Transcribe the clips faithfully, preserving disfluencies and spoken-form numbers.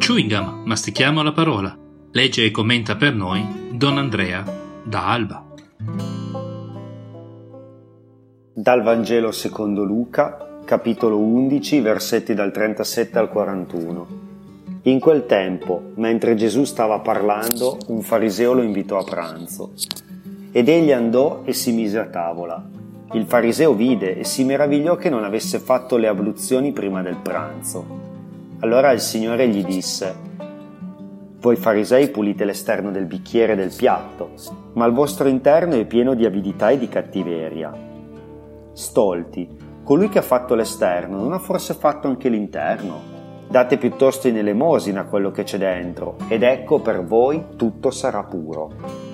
Chewing gum, mastichiamo la parola. Legge e commenta per noi Don Andrea da Alba. Dal Vangelo secondo Luca, capitolo undici, versetti dal trentasette al quarantuno. In quel tempo, mentre Gesù stava parlando, un fariseo lo invitò a pranzo. Ed egli andò e si mise a tavola. Il fariseo vide e si meravigliò che non avesse fatto le abluzioni prima del pranzo. Allora il Signore gli disse: «Voi farisei pulite l'esterno del bicchiere e del piatto, ma il vostro interno è pieno di avidità e di cattiveria. Stolti, colui che ha fatto l'esterno non ha forse fatto anche l'interno? Date piuttosto in elemosina quello che c'è dentro, ed ecco per voi tutto sarà puro».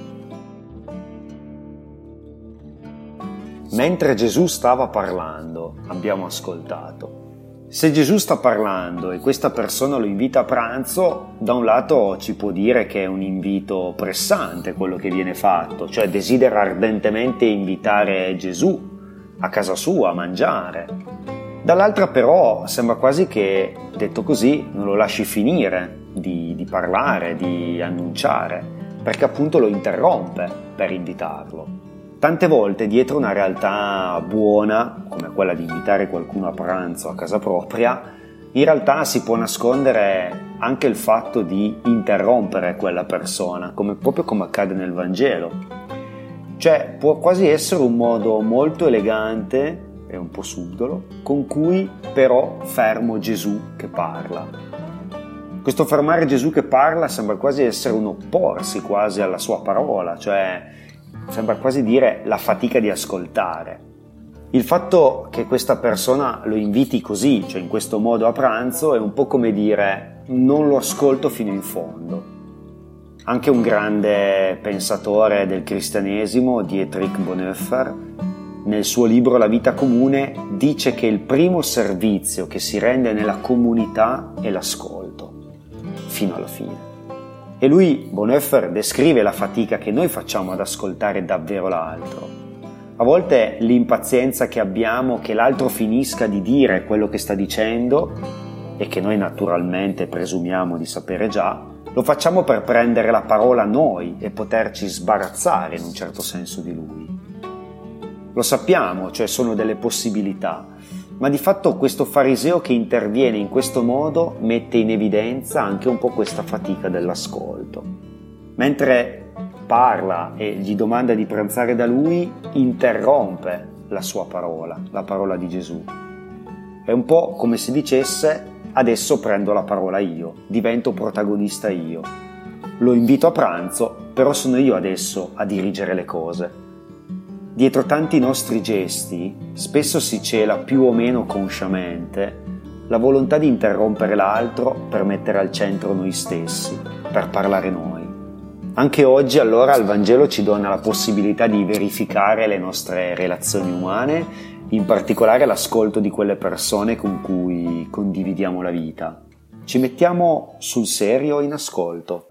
Mentre Gesù stava parlando, abbiamo ascoltato. Se Gesù sta parlando e questa persona lo invita a pranzo, da un lato ci può dire che è un invito pressante quello che viene fatto, cioè desidera ardentemente invitare Gesù a casa sua a mangiare. Dall'altra però sembra quasi che, detto così, non lo lasci finire di, di parlare, di annunciare, perché appunto lo interrompe per invitarlo. Tante volte dietro una realtà buona, come quella di invitare qualcuno a pranzo a casa propria, in realtà si può nascondere anche il fatto di interrompere quella persona, come, proprio come accade nel Vangelo. Cioè può quasi essere un modo molto elegante e un po' subdolo, con cui però fermo Gesù che parla. Questo fermare Gesù che parla sembra quasi essere un opporsi quasi alla sua parola, cioè sembra quasi dire la fatica di ascoltare. Il fatto che questa persona lo inviti così, cioè in questo modo a pranzo, è un po' come dire non lo ascolto fino in fondo. Anche un grande pensatore del cristianesimo, Dietrich Bonhoeffer, nel suo libro La vita comune, dice che il primo servizio che si rende nella comunità è l'ascolto, fino alla fine. E lui, Bonhoeffer, descrive la fatica che noi facciamo ad ascoltare davvero l'altro. A volte l'impazienza che abbiamo che l'altro finisca di dire quello che sta dicendo, e che noi naturalmente presumiamo di sapere già, lo facciamo per prendere la parola noi e poterci sbarazzare in un certo senso di lui. Lo sappiamo, cioè sono delle possibilità, ma di fatto questo fariseo che interviene in questo modo mette in evidenza anche un po' questa fatica dell'ascolto. Mentre parla e gli domanda di pranzare da lui, interrompe la sua parola, la parola di Gesù. È un po' come se dicesse: adesso prendo la parola io, divento protagonista io. Lo invito a pranzo, però sono io adesso a dirigere le cose. Dietro tanti nostri gesti spesso si cela più o meno consciamente la volontà di interrompere l'altro per mettere al centro noi stessi, per parlare noi. Anche oggi allora il Vangelo ci dona la possibilità di verificare le nostre relazioni umane, in particolare l'ascolto di quelle persone con cui condividiamo la vita. Ci mettiamo sul serio in ascolto.